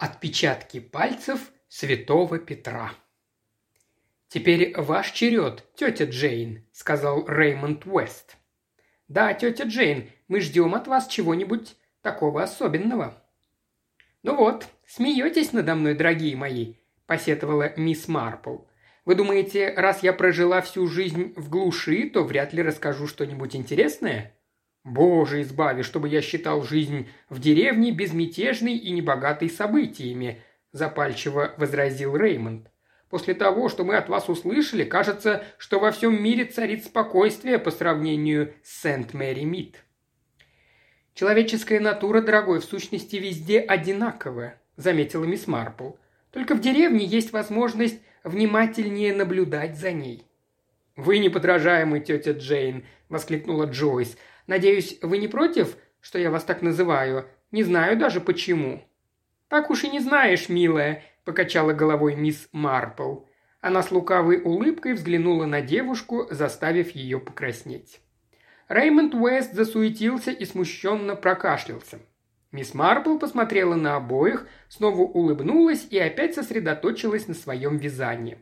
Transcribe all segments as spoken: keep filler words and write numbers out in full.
Отпечатки пальцев святого Петра. «Теперь ваш черед, тетя Джейн», – сказал Реймонд Уэст. «Да, тетя Джейн, мы ждем от вас чего-нибудь такого особенного». «Ну вот, смеетесь надо мной, дорогие мои», – посетовала мисс Марпл. «Вы думаете, раз я прожила всю жизнь в глуши, то вряд ли расскажу что-нибудь интересное?» «Боже, избави, чтобы я считал жизнь в деревне безмятежной и небогатой событиями», – запальчиво возразил Реймонд. «После того, что мы от вас услышали, кажется, что во всем мире царит спокойствие по сравнению с Сент-Мэри-Мид». «Человеческая натура, дорогой, в сущности везде одинаковая», – заметила мисс Марпл. «Только в деревне есть возможность внимательнее наблюдать за ней». «Вы неподражаемый, тетя Джейн», – воскликнула Джойс. «Надеюсь, вы не против, что я вас так называю? Не знаю даже почему». «Так уж и не знаешь, милая», – покачала головой мисс Марпл. Она с лукавой улыбкой взглянула на девушку, заставив ее покраснеть. Реймонд Уэст засуетился и смущенно прокашлялся. Мисс Марпл посмотрела на обоих, снова улыбнулась и опять сосредоточилась на своем вязании.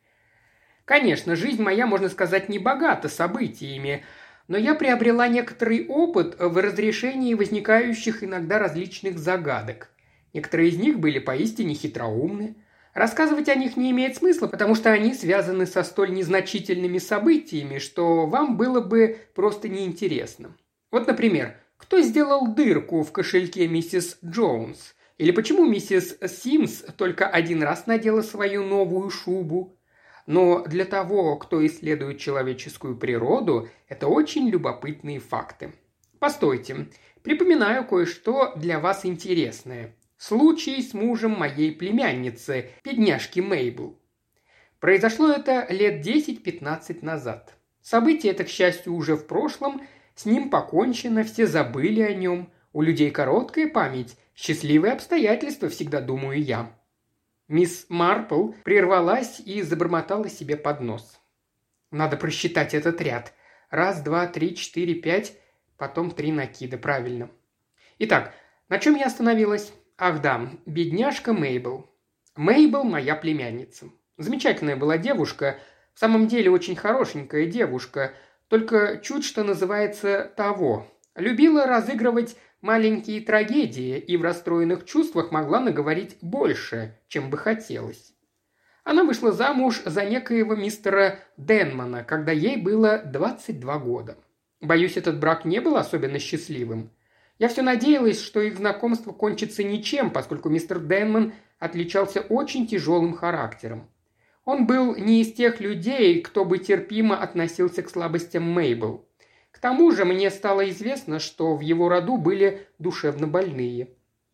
«Конечно, жизнь моя, можно сказать, не богата событиями, но я приобрела некоторый опыт в разрешении возникающих иногда различных загадок. Некоторые из них были поистине хитроумны. Рассказывать о них не имеет смысла, потому что они связаны со столь незначительными событиями, что вам было бы просто неинтересно. Вот, например, кто сделал дырку в кошельке миссис Джонс? Или почему миссис Симс только один раз надела свою новую шубу? Но для того, кто исследует человеческую природу, это очень любопытные факты. Постойте, припоминаю кое-что для вас интересное. Случай с мужем моей племянницы, бедняжки Мейбл. Произошло это лет десять-пятнадцать назад. Событие это, к счастью, уже в прошлом, с ним покончено, все забыли о нем. У людей короткая память, счастливые обстоятельства, всегда думаю я. Мисс Марпл прервалась и забормотала себе под нос. Надо просчитать этот ряд. Раз, два, три, четыре, пять, потом три накида, правильно. Итак, на чем я остановилась? Ах да, бедняжка Мейбл. Мейбл моя племянница. Замечательная была девушка, в самом деле очень хорошенькая девушка, только чуть что называется того. Любила разыгрывать маленькие трагедии и в расстроенных чувствах могла наговорить больше, чем бы хотелось. Она вышла замуж за некоего мистера Денмана, когда ей было двадцать два года. Боюсь, этот брак не был особенно счастливым. Я все надеялась, что их знакомство кончится ничем, поскольку мистер Денман отличался очень тяжелым характером. Он был не из тех людей, кто бы терпимо относился к слабостям Мейбл. К тому же мне стало известно, что в его роду были душевно больные.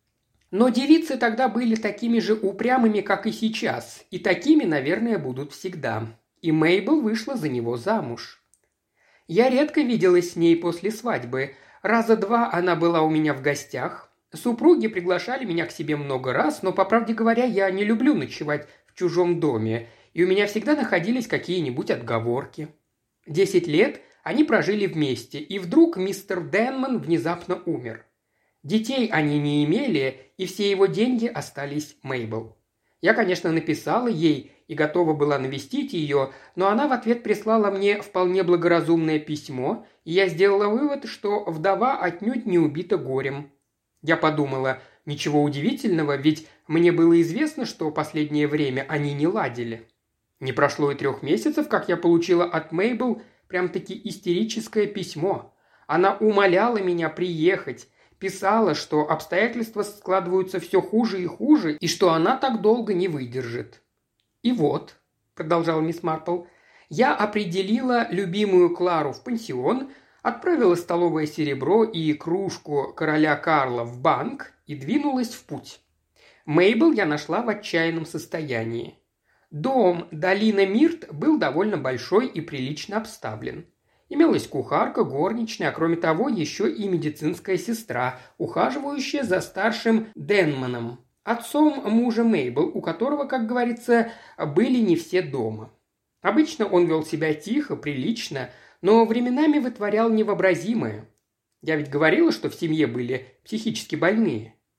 Но девицы тогда были такими же упрямыми, как и сейчас, и такими, наверное, будут всегда. И Мейбл вышла за него замуж. Я редко виделась с ней после свадьбы. Раза два она была у меня в гостях. Супруги приглашали меня к себе много раз, но, по правде говоря, я не люблю ночевать в чужом доме, и у меня всегда находились какие-нибудь отговорки. Десять лет они прожили вместе, и вдруг мистер Денман внезапно умер. Детей они не имели, и все его деньги остались Мейбл. Я, конечно, написала ей и готова была навестить ее, но она в ответ прислала мне вполне благоразумное письмо, и я сделала вывод, что вдова отнюдь не убита горем. Я подумала, ничего удивительного, ведь мне было известно, что последнее время они не ладили. Не прошло и трех месяцев, как я получила от Мейбл прям-таки истерическое письмо. Она умоляла меня приехать, писала, что обстоятельства складываются все хуже и хуже, и что она так долго не выдержит. «И вот», – продолжала мисс Марпл, – «я определила любимую Клару в пансион, отправила столовое серебро и кружку короля Карла в банк и двинулась в путь. Мейбл я нашла в отчаянном состоянии. Дом Долина Мирт был довольно большой и прилично обставлен. Имелась кухарка, горничная, а кроме того еще и медицинская сестра, ухаживающая за старшим Денманом, отцом мужа Мейбл, у которого, как говорится, были не все дома. Обычно он вел себя тихо, прилично, но временами вытворял невообразимое. Я ведь говорила, что в семье были психически больные.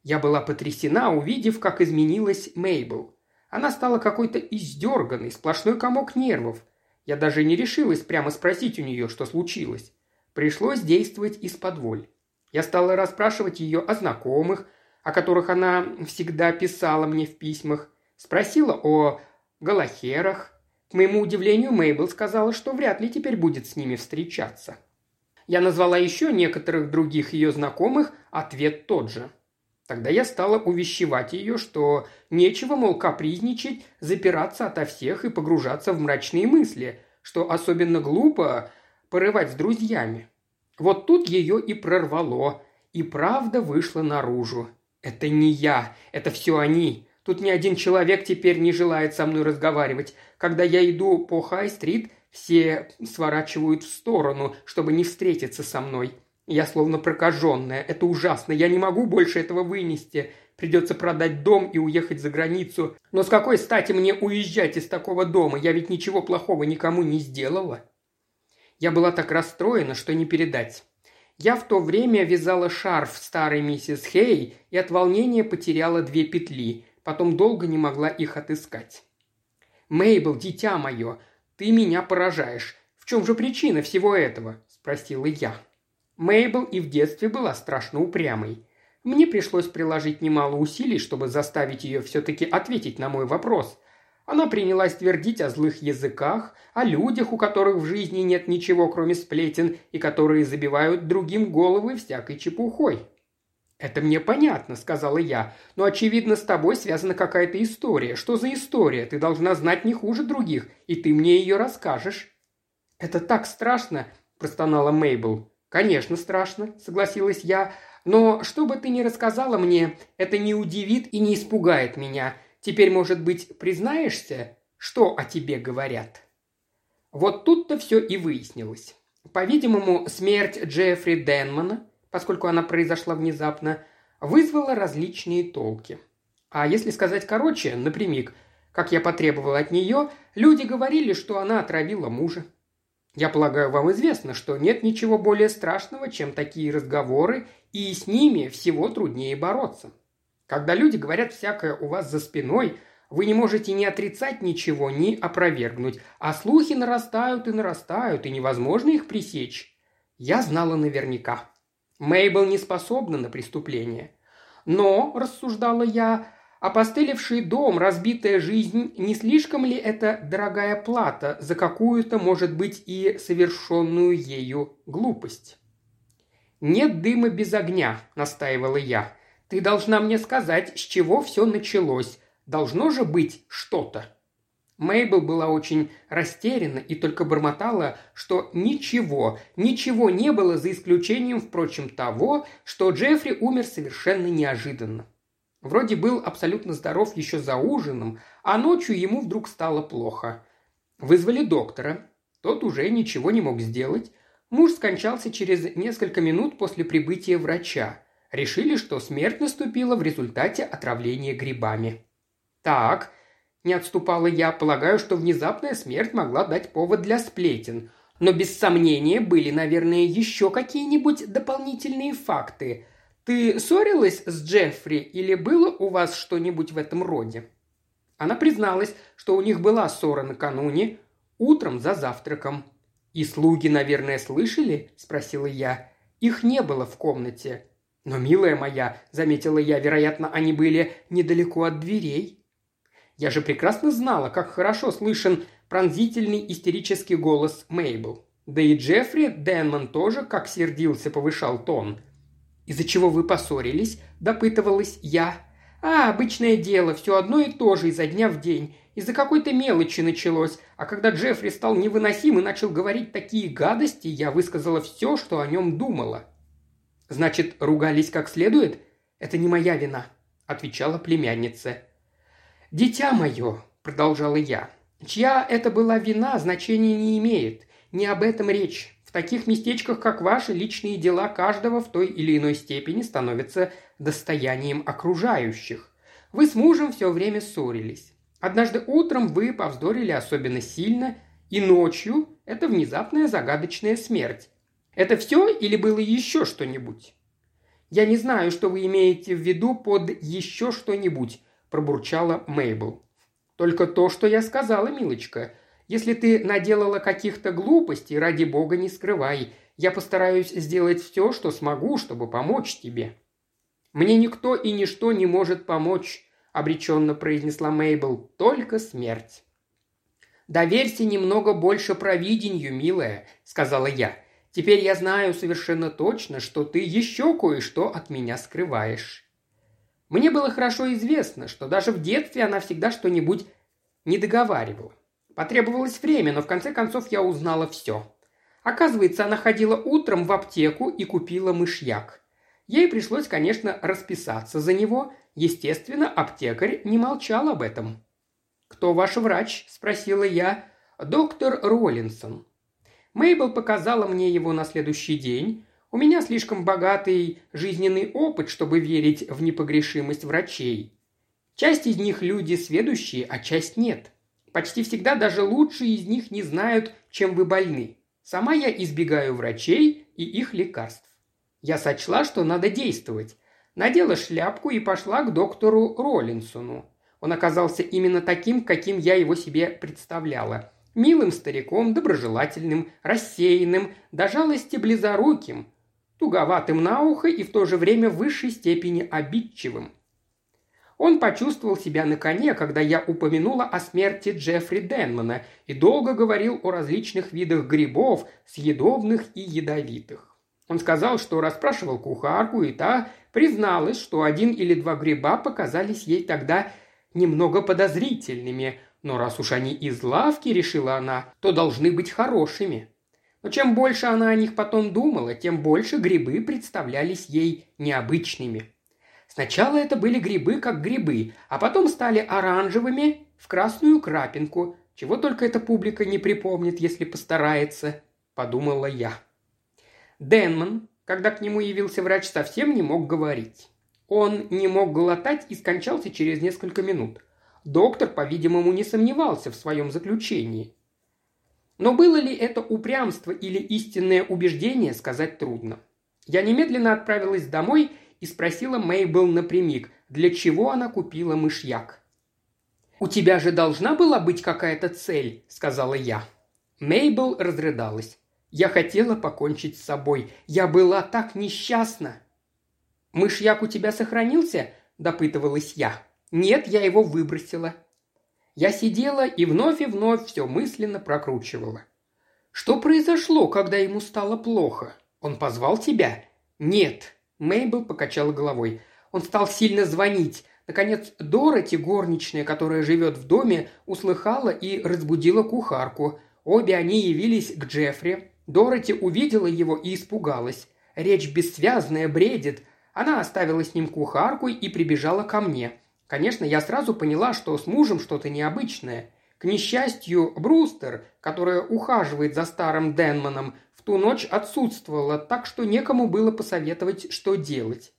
Я была потрясена, увидев, как изменилась Мейбл. Она стала какой-то издерганной, сплошной комок нервов. Я даже не решилась прямо спросить у нее, что случилось. Пришлось действовать исподволь. Я стала расспрашивать ее о знакомых, о которых она всегда писала мне в письмах. Спросила о Галахерах. К моему удивлению, Мейбл сказала, что вряд ли теперь будет с ними встречаться. Я назвала еще некоторых других ее знакомых, ответ тот же. Тогда я стала увещевать ее, что нечего, мол, капризничать, запираться ото всех и погружаться в мрачные мысли, что особенно глупо порывать с друзьями. Вот тут ее и прорвало, и правда вышла наружу. Это не я, это все они. Тут ни один человек теперь не желает со мной разговаривать. Когда я иду по Хай-стрит, все сворачивают в сторону, чтобы не встретиться со мной. Я словно прокаженная. Это ужасно. Я не могу больше этого вынести. Придется продать дом и уехать за границу. Но с какой стати мне уезжать из такого дома? Я ведь ничего плохого никому не сделала. Я была так расстроена, что не передать. Я в то время вязала шарф старой миссис Хей и от волнения потеряла две петли. Потом долго не могла их отыскать. «Мейбл, дитя мое, ты меня поражаешь. В чем же причина всего этого?» – спросила я. Мейбл и в детстве была страшно упрямой. Мне пришлось приложить немало усилий, чтобы заставить ее все-таки ответить на мой вопрос. Она принялась твердить о злых языках, о людях, у которых в жизни нет ничего, кроме сплетен, и которые забивают другим головы всякой чепухой. «Это мне понятно», — сказала я, — «но, очевидно, с тобой связана какая-то история. Что за история? Ты должна знать не хуже других, и ты мне ее расскажешь». «Это так страшно», — простонала Мейбл. «Конечно, страшно», — согласилась я, — «но что бы ты ни рассказала мне, это не удивит и не испугает меня. Теперь, может быть, признаешься, что о тебе говорят?» Вот тут-то все и выяснилось. По-видимому, смерть Джеффри Денмана, поскольку она произошла внезапно, вызвала различные толки. А если сказать короче, напрямик, как я потребовала от нее, люди говорили, что она отравила мужа. Я полагаю, вам известно, что нет ничего более страшного, чем такие разговоры, и с ними всего труднее бороться. Когда люди говорят всякое у вас за спиной, вы не можете ни отрицать ничего, ни опровергнуть, а слухи нарастают и нарастают, и невозможно их пресечь. Я знала наверняка. Мейбл не способна на преступление. Но, рассуждала я, опостылевший дом, разбитая жизнь, не слишком ли это дорогая плата за какую-то, может быть, и совершенную ею глупость? «Нет дыма без огня», — настаивала я. «Ты должна мне сказать, с чего все началось. Должно же быть что-то». Мейбл была очень растеряна и только бормотала, что ничего, ничего не было, за исключением, впрочем, того, что Джеффри умер совершенно неожиданно. Вроде был абсолютно здоров еще за ужином, а ночью ему вдруг стало плохо. Вызвали доктора. Тот уже ничего не мог сделать. Муж скончался через несколько минут после прибытия врача. Решили, что смерть наступила в результате отравления грибами. «Так», – не отступала я, – «полагаю, что внезапная смерть могла дать повод для сплетен. Но без сомнения были, наверное, еще какие-нибудь дополнительные факты. Ты ссорилась с Джеффри или было у вас что-нибудь в этом роде?» Она призналась, что у них была ссора накануне, утром за завтраком. «И слуги, наверное, слышали?» – спросила я. «Их не было в комнате». «Но, милая моя», – заметила я, – «вероятно, они были недалеко от дверей». Я же прекрасно знала, как хорошо слышен пронзительный истерический голос Мейбл. Да и Джеффри Денман тоже, как сердился, повышал тон. «Из-за чего вы поссорились?» – допытывалась я. «А, обычное дело, все одно и то же изо дня в день. Из-за какой-то мелочи началось, а когда Джеффри стал невыносим и начал говорить такие гадости, я высказала все, что о нем думала». «Значит, ругались как следует?» «Это не моя вина», – отвечала племянница. «Дитя мое», – продолжала я, – «чья это была вина, значения не имеет. Не об этом речь. В таких местечках, как ваши, личные дела каждого в той или иной степени становятся достоянием окружающих. Вы с мужем все время ссорились. Однажды утром вы повздорили особенно сильно, и ночью это внезапная загадочная смерть. Это все или было еще что-нибудь?» «Я не знаю, что вы имеете в виду под «еще что-нибудь», – пробурчала Мейбл. «Только то, что я сказала, милочка. Если ты наделала каких-то глупостей, ради бога не скрывай. Я постараюсь сделать все, что смогу, чтобы помочь тебе». «Мне никто и ничто не может помочь», – обреченно произнесла Мейбл, – «только смерть». «Доверься немного больше провидению, милая», – сказала я. «Теперь я знаю совершенно точно, что ты еще кое-что от меня скрываешь». Мне было хорошо известно, что даже в детстве она всегда что-нибудь не договаривала. Потребовалось время, но в конце концов я узнала все. Оказывается, она ходила утром в аптеку и купила мышьяк. Ей пришлось, конечно, расписаться за него. Естественно, аптекарь не молчал об этом. «Кто ваш врач?» – спросила я. «Доктор Роллинсон». Мейбл показала мне его на следующий день. У меня слишком богатый жизненный опыт, чтобы верить в непогрешимость врачей. Часть из них люди сведущие, а часть нет. Почти всегда даже лучшие из них не знают, чем вы больны. Сама я избегаю врачей и их лекарств. Я сочла, что надо действовать. Надела шляпку и пошла к доктору Роллинсону. Он оказался именно таким, каким я его себе представляла. Милым стариком, доброжелательным, рассеянным, до жалости близоруким, туговатым на ухо и в то же время в высшей степени обидчивым. Он почувствовал себя на коне, когда я упомянула о смерти Джеффри Денмана и долго говорил о различных видах грибов, съедобных и ядовитых. Он сказал, что расспрашивал кухарку, и та призналась, что один или два гриба показались ей тогда немного подозрительными, но раз уж они из лавки, решила она, то должны быть хорошими. Но чем больше она о них потом думала, тем больше грибы представлялись ей необычными. Сначала это были грибы как грибы, а потом стали оранжевыми в красную крапинку, чего только эта публика не припомнит, если постарается, подумала я. Денман, когда к нему явился врач, совсем не мог говорить. Он не мог глотать и скончался через несколько минут. Доктор, по-видимому, не сомневался в своем заключении. Но было ли это упрямство или истинное убеждение, сказать трудно. Я немедленно отправилась домой и спросила Мейбл напрямик, для чего она купила мышьяк. «У тебя же должна была быть какая-то цель», – сказала я. Мейбл разрыдалась. «Я хотела покончить с собой. Я была так несчастна». «Мышьяк у тебя сохранился?» – допытывалась я. «Нет, я его выбросила». Я сидела и вновь и вновь все мысленно прокручивала. «Что произошло, когда ему стало плохо? Он позвал тебя?» «Нет», – Мейбл покачала головой. «Он стал сильно звонить. Наконец, Дороти, горничная, которая живет в доме, услыхала и разбудила кухарку. Обе они явились к Джеффри. Дороти увидела его и испугалась. Речь бессвязная, бредит. Она оставила с ним кухарку и прибежала ко мне. Конечно, я сразу поняла, что с мужем что-то необычное. К несчастью, Брустер, которая ухаживает за старым Денманом, в ту ночь отсутствовала, так что некому было посоветовать, что делать.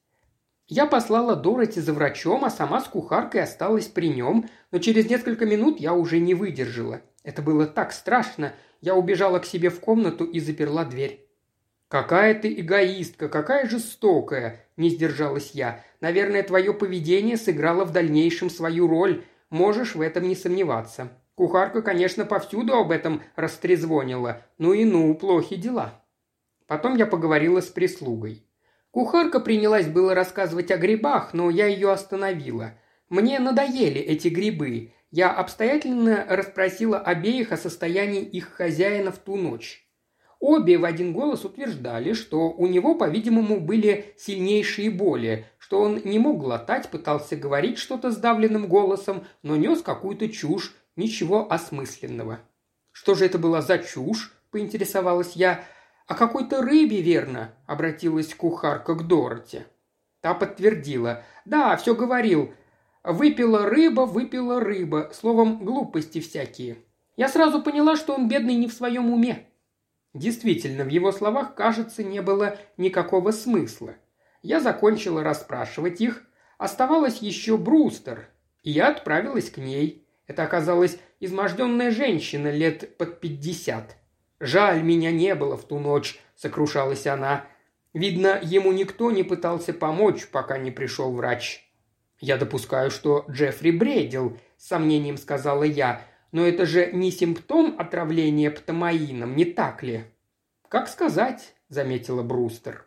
Я послала Дороти за врачом, а сама с кухаркой осталась при нем, но через несколько минут я уже не выдержала. Это было так страшно. Я убежала к себе в комнату и заперла дверь. «Какая ты эгоистка, какая жестокая!» – не сдержалась я. «Наверное, твое поведение сыграло в дальнейшем свою роль. Можешь в этом не сомневаться. Кухарка, конечно, повсюду об этом растрезвонила. Ну и ну, плохи дела». Потом я поговорила с прислугой. Кухарка принялась было рассказывать о грибах, но я ее остановила. Мне надоели эти грибы. Я обстоятельно расспросила обеих о состоянии их хозяина в ту ночь. Обе в один голос утверждали, что у него, по-видимому, были сильнейшие боли, что он не мог глотать, пытался говорить что-то сдавленным голосом, но нес какую-то чушь, ничего осмысленного. «Что же это была за чушь?» – поинтересовалась я. «О какой-то рыбе, верно?» – обратилась кухарка к Дороти. Та подтвердила. «Да, все говорил. Выпила рыба, выпила рыба. Словом, глупости всякие». Я сразу поняла, что он, бедный, не в своем уме. Действительно, в его словах, кажется, не было никакого смысла. Я закончила расспрашивать их. Оставалась еще Брустер, и я отправилась к ней. Это оказалась изможденная женщина лет под пятьдесят. «Жаль, меня не было в ту ночь», — сокрушалась она. Видно, ему никто не пытался помочь, пока не пришел врач. «Я допускаю, что Джеффри бредил», – с сомнением сказала я. «Но это же не симптом отравления птомаином, не так ли?» «Как сказать», – заметила Брустер.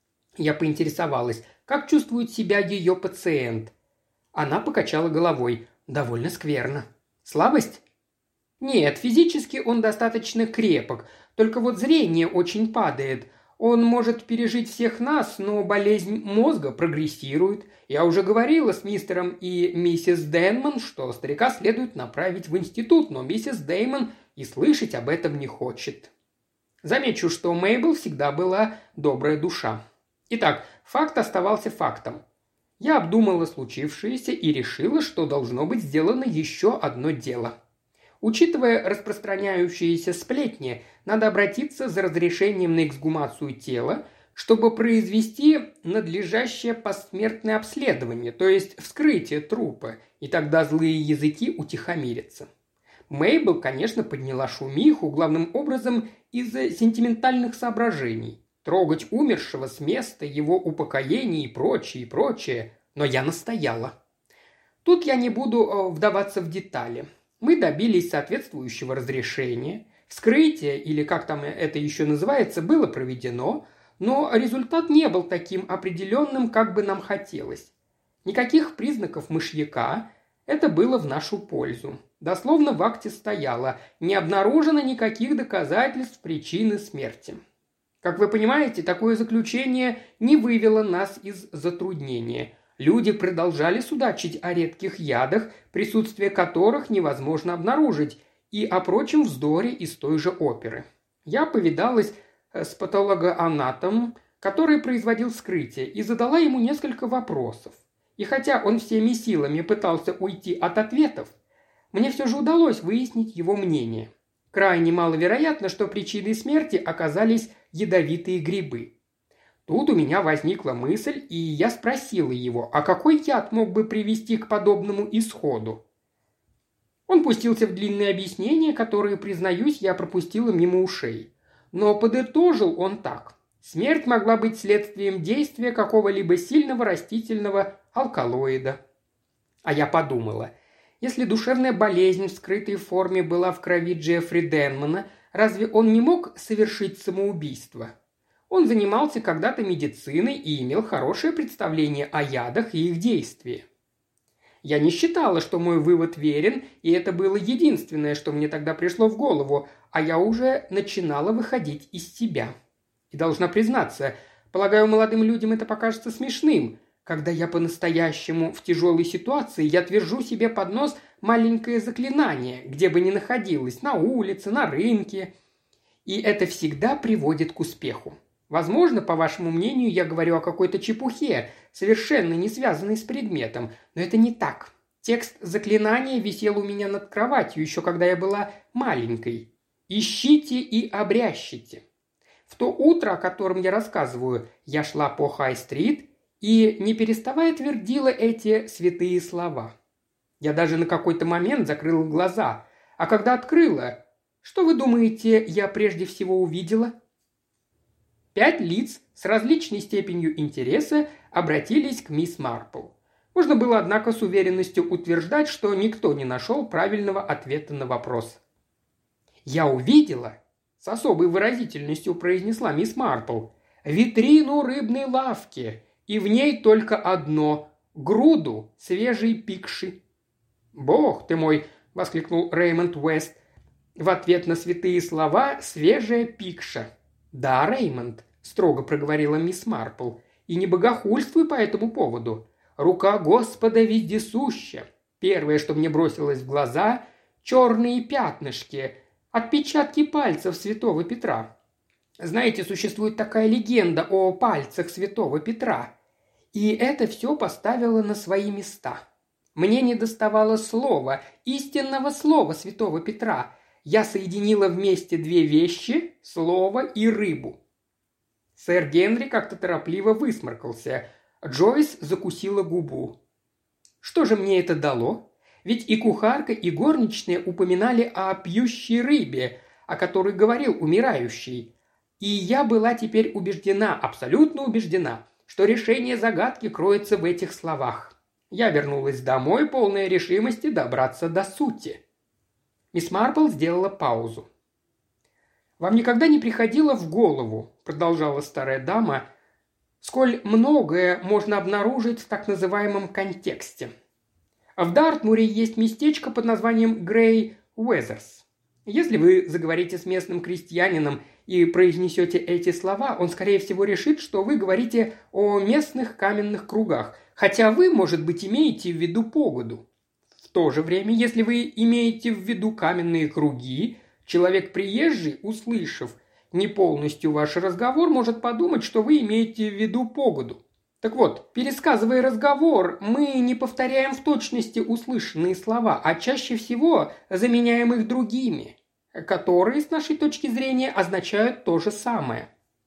Я поинтересовалась, как чувствует себя ее пациент. Она покачала головой. «Довольно скверно». «Слабость?» «Нет, физически он достаточно крепок, только вот зрение очень падает. Он может пережить всех нас, но болезнь мозга прогрессирует. Я уже говорила с мистером и миссис Денман, что старика следует направить в институт, но миссис Деймон и слышать об этом не хочет». Замечу, что Мейбл всегда была добрая душа. Итак, факт оставался фактом. Я обдумала случившееся и решила, что должно быть сделано еще одно дело. Учитывая распространяющиеся сплетни, надо обратиться за разрешением на эксгумацию тела, чтобы произвести надлежащее посмертное обследование, то есть вскрытие трупа, и тогда злые языки утихомирятся. Мейбл, конечно, подняла шумиху, главным образом из-за сентиментальных соображений. Трогать умершего с места, его упокоение и прочее, и прочее. Но я настояла. Тут я не буду вдаваться в детали. Мы добились соответствующего разрешения. Вскрытие, или как там это еще называется, было проведено, но результат не был таким определенным, как бы нам хотелось. Никаких признаков мышьяка, это было в нашу пользу. Дословно в акте стояло: не обнаружено никаких доказательств причины смерти. Как вы понимаете, такое заключение не вывело нас из затруднения. Люди продолжали судачить о редких ядах, присутствие которых невозможно обнаружить, и о прочем вздоре из той же оперы. Я повидалась с патологоанатомом, который производил вскрытие, и задала ему несколько вопросов. И хотя он всеми силами пытался уйти от ответов, мне все же удалось выяснить его мнение. Крайне маловероятно, что причиной смерти оказались ядовитые грибы. Тут у меня возникла мысль, и я спросила его, а какой яд мог бы привести к подобному исходу? Он пустился в длинные объяснения, которые, признаюсь, я пропустила мимо ушей. Но подытожил он так. Смерть могла быть следствием действия какого-либо сильного растительного алкалоида. А я подумала, если душевная болезнь в скрытой форме была в крови Джеффри Денмана, разве он не мог совершить самоубийство? Он занимался когда-то медициной и имел хорошее представление о ядах и их действии. Я не считала, что мой вывод верен, и это было единственное, что мне тогда пришло в голову, а я уже начинала выходить из себя. И должна признаться, полагаю, молодым людям это покажется смешным. Когда я по-настоящему в тяжелой ситуации, я твержу себе под нос маленькое заклинание, где бы ни находилось, на улице, на рынке. И это всегда приводит к успеху. Возможно, по вашему мнению, я говорю о какой-то чепухе, совершенно не связанной с предметом, но это не так. Текст заклинания висел у меня над кроватью, еще когда я была маленькой. «Ищите и обрящите». В то утро, о котором я рассказываю, я шла по Хай-стрит и, не переставая, твердила эти святые слова. Я даже на какой-то момент закрыла глаза, а когда открыла, что вы думаете, я прежде всего увидела? Пять лиц с различной степенью интереса обратились к мисс Марпл. Можно было, однако, с уверенностью утверждать, что никто не нашел правильного ответа на вопрос. «Я увидела», – с особой выразительностью произнесла мисс Марпл, – «витрину рыбной лавки, и в ней только одно – груду свежей пикши». «Бог ты мой!» – воскликнул Реймонд Уэст. В ответ на святые слова «свежая пикша». «Да, Реймонд», – строго проговорила мисс Марпл, – «и не богохульствуй по этому поводу. Рука Господа вездесуща. Первое, что мне бросилось в глаза – черные пятнышки, отпечатки пальцев святого Петра. Знаете, существует такая легенда о пальцах святого Петра. И это все поставило на свои места. Мне недоставало слова, истинного слова святого Петра. Я соединила вместе две вещи – слово и рыбу». Сэр Генри как-то торопливо высморкался. Джойс закусила губу. «Что же мне это дало? Ведь и кухарка, и горничная упоминали о пьющей рыбе, о которой говорил умирающий. И я была теперь убеждена, абсолютно убеждена, что решение загадки кроется в этих словах. Я вернулась домой, полная решимости добраться до сути. Мисс Марпл сделала паузу. «Вам никогда не приходило в голову, — продолжала старая дама, — сколь многое можно обнаружить в так называемом контексте. В Дартмуре есть местечко под названием Грей Уэзерс. Если вы заговорите с местным крестьянином и произнесете эти слова, он, скорее всего, решит, что вы говорите о местных каменных кругах, хотя вы, может быть, имеете в виду погоду. В то же время, если вы имеете в виду каменные круги, человек приезжий, услышав не полностью ваш разговор, может подумать, что вы имеете в виду погоду. Так вот, пересказывая разговор, мы не повторяем в точности услышанные слова, а чаще всего заменяем их другими, которые, с нашей точки зрения, означают то же самое.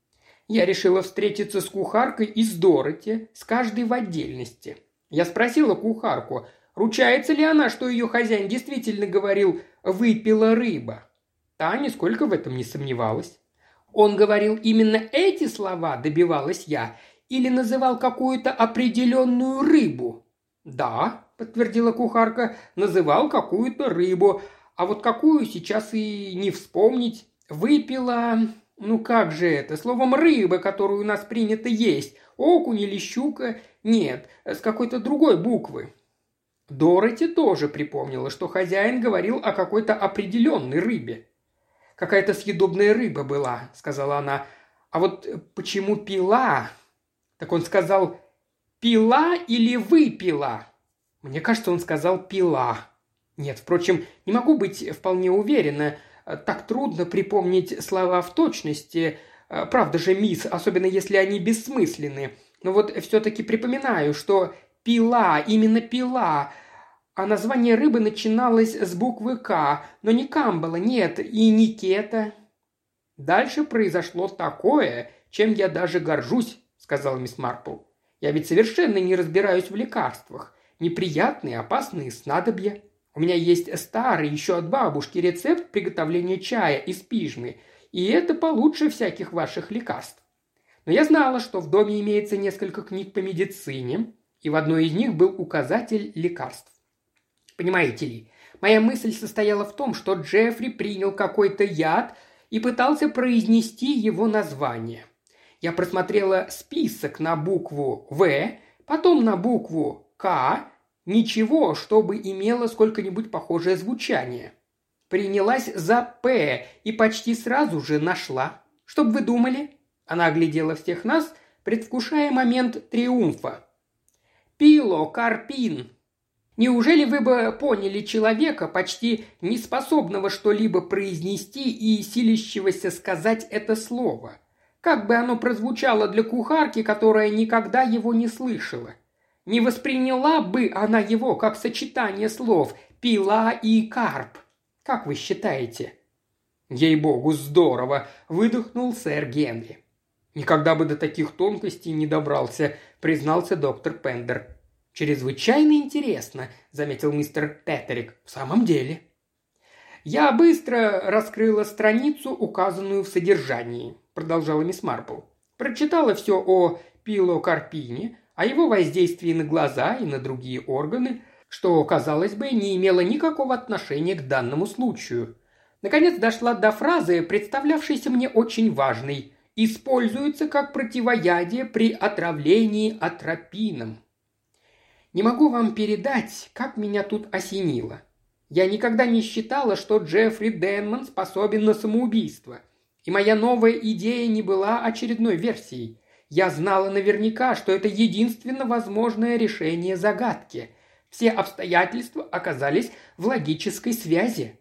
Я решила встретиться с кухаркой и с Дороти, с каждой в отдельности. Я спросила кухарку, ручается ли она, что ее хозяин действительно говорил «выпила рыба». Та нисколько в этом не сомневалась. Он говорил именно эти слова, добивалась я, или называл какую-то определенную рыбу? Да, подтвердила кухарка, называл какую-то рыбу, а вот какую сейчас и не вспомнить. Выпила, ну как же это, словом рыба, которую у нас принято есть, окунь или щука, нет, с какой-то другой буквы. Дороти тоже припомнила, что хозяин говорил о какой-то определенной рыбе. «Какая-то съедобная рыба была», — сказала она. «А вот почему пила?» Так он сказал «пила» или «выпила»? Мне кажется, он сказал «пила». Нет, впрочем, не могу быть вполне уверена. Так трудно припомнить слова в точности. Правда же, мисс, особенно если они бессмысленны. Но вот все-таки припоминаю, что «пила», именно «пила», а название рыбы начиналось с буквы «К», но не Камбала, нет, и не Кета. «Дальше произошло такое, чем я даже горжусь», — сказала мисс Марпл. «Я ведь совершенно не разбираюсь в лекарствах. Неприятные, опасные снадобья. У меня есть старый еще от бабушки рецепт приготовления чая из пижмы, и это получше всяких ваших лекарств. Но я знала, что в доме имеется несколько книг по медицине, и в одной из них был указатель лекарств. Понимаете ли, моя мысль состояла в том, что Джеффри принял какой-то яд и пытался произнести его название. Я просмотрела список на букву «В», потом на букву «К», ничего, чтобы имело сколько-нибудь похожее звучание. Принялась за «П» и почти сразу же нашла. Что бы вы думали? Она оглядела всех нас, предвкушая момент триумфа. «Пилокарпин». Неужели вы бы поняли человека, почти неспособного что-либо произнести и силящегося сказать это слово? Как бы оно прозвучало для кухарки, которая никогда его не слышала? Не восприняла бы она его как сочетание слов «пила» и «карп»? Как вы считаете? «Ей-богу, здорово!» – выдохнул сэр Генри. «Никогда бы до таких тонкостей не добрался», – признался доктор Пендер. «Чрезвычайно интересно», – заметил мистер Петерик. «В самом деле». «Я быстро раскрыла страницу, указанную в содержании», – продолжала мисс Марпл. «Прочитала все о пилокарпине, о его воздействии на глаза и на другие органы, что, казалось бы, не имело никакого отношения к данному случаю. Наконец дошла до фразы, представлявшейся мне очень важной – «используется как противоядие при отравлении атропином». Не могу вам передать, как меня тут осенило. Я никогда не считала, что Джеффри Денман способен на самоубийство. И моя новая идея не была очередной версией. Я знала наверняка, что это единственно возможное решение загадки. Все обстоятельства оказались в логической связи.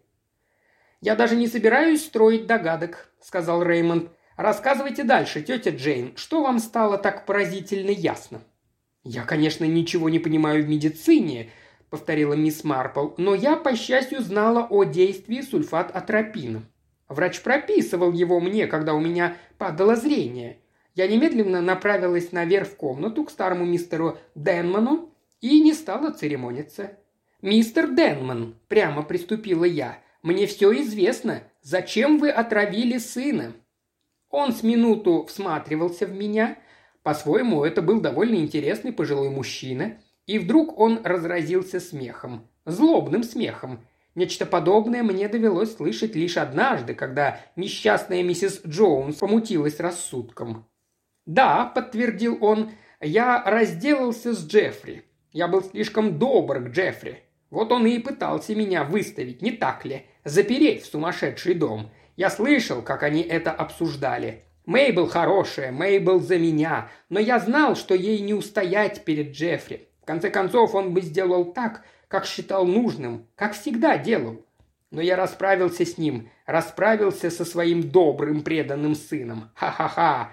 «Я даже не собираюсь строить догадок», — сказал Реймонд. «Рассказывайте дальше, тетя Джейн, что вам стало так поразительно ясно?» «Я, конечно, ничего не понимаю в медицине», — повторила мисс Марпл, «но я, по счастью, знала о действии сульфат-атропина. Врач прописывал его мне, когда у меня падало зрение. Я немедленно направилась наверх в комнату к старому мистеру Денману и не стала церемониться. «Мистер Денман», — прямо приступила я, — «мне все известно. Зачем вы отравили сына?» Он с минуту всматривался в меня. По-своему, это был довольно интересный пожилой мужчина. И вдруг он разразился смехом. Злобным смехом. Нечто подобное мне довелось слышать лишь однажды, когда несчастная миссис Джонс помутилась рассудком. «Да», – подтвердил он, – «я разделался с Джеффри. Я был слишком добр к Джеффри. Вот он и пытался меня выставить, не так ли? Запереть в сумасшедший дом. Я слышал, как они это обсуждали. Мейбл хорошая, Мейбл за меня, но я знал, что ей не устоять перед Джеффри. В конце концов, он бы сделал так, как считал нужным, как всегда делал. Но я расправился с ним, расправился со своим добрым преданным сыном. Ха-ха-ха!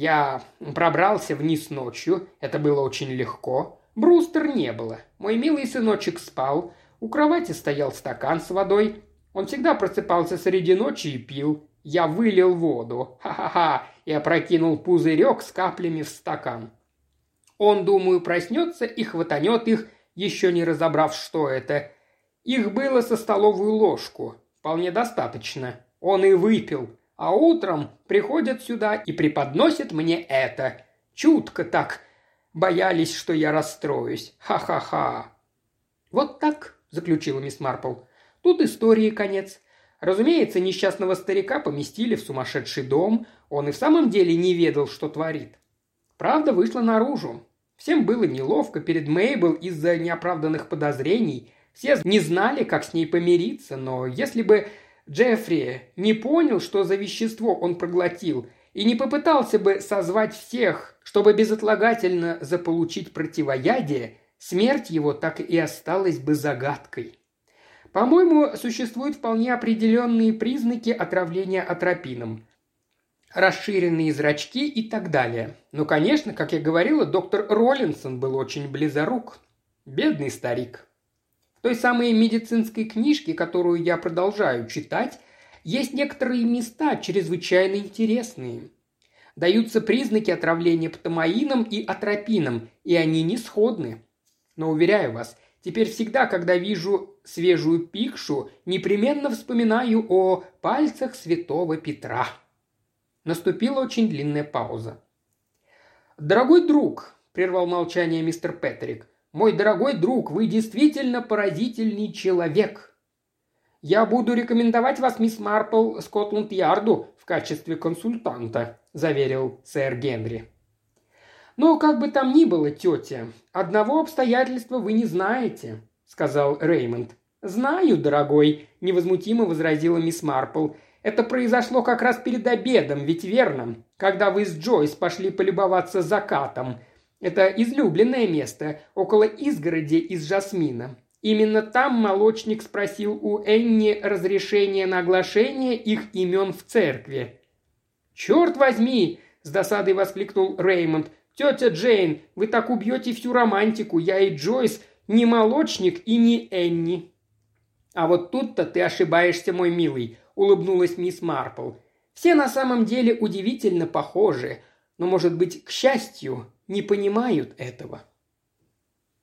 Я пробрался вниз ночью, это было очень легко. Брустер не было. Мой милый сыночек спал. У кровати стоял стакан с водой. Он всегда просыпался среди ночи и пил. Я вылил воду. Ха-ха-ха! И опрокинул пузырек с каплями в стакан. Он, думаю, проснется и хватанет их, еще не разобрав, что это. Их было со столовую ложку. Вполне достаточно. Он и выпил. А утром приходят сюда и преподносят мне это. Чутко так. Боялись, что я расстроюсь. Ха-ха-ха. Вот так, заключила мисс Марпл. Тут истории конец. Разумеется, несчастного старика поместили в сумасшедший дом. Он и в самом деле не ведал, что творит. Правда вышла наружу. Всем было неловко перед Мейбл из-за неоправданных подозрений. Все не знали, как с ней помириться, но если бы Джеффри не понял, что за вещество он проглотил, и не попытался бы созвать всех, чтобы безотлагательно заполучить противоядие, смерть его так и осталась бы загадкой. По-моему, существуют вполне определенные признаки отравления атропином. Расширенные зрачки и так далее. Но, конечно, как я говорила, доктор Роллинсон был очень близорук. Бедный старик. В той самой медицинской книжке, которую я продолжаю читать, есть некоторые места чрезвычайно интересные. Даются признаки отравления птамаином и атропином, и они не сходны. Но, уверяю вас, теперь всегда, когда вижу свежую пикшу, непременно вспоминаю о пальцах святого Петра. Наступила очень длинная пауза. «Дорогой друг», – прервал молчание мистер Петрик, – «мой дорогой друг, вы действительно поразительный человек. Я буду рекомендовать вас мисс Марпл Скотланд-Ярду в качестве консультанта», – заверил сэр Генри. «Но как бы там ни было, тетя, одного обстоятельства вы не знаете», – сказал Реймонд. «Знаю, дорогой», – невозмутимо возразила мисс Марпл. «Это произошло как раз перед обедом, ведь верно, когда вы с Джойс пошли полюбоваться закатом. Это излюбленное место, около изгороди из жасмина. Именно там молочник спросил у Энни разрешения на оглашение их имен в церкви». «Черт возьми!» – с досадой воскликнул Реймонд. «Тетя Джейн, вы так убьете всю романтику. Я и Джойс не молочник и не Энни». «А вот тут-то ты ошибаешься, мой милый», – улыбнулась мисс Марпл. «Все на самом деле удивительно похожи, но, может быть, к счастью, не понимают этого».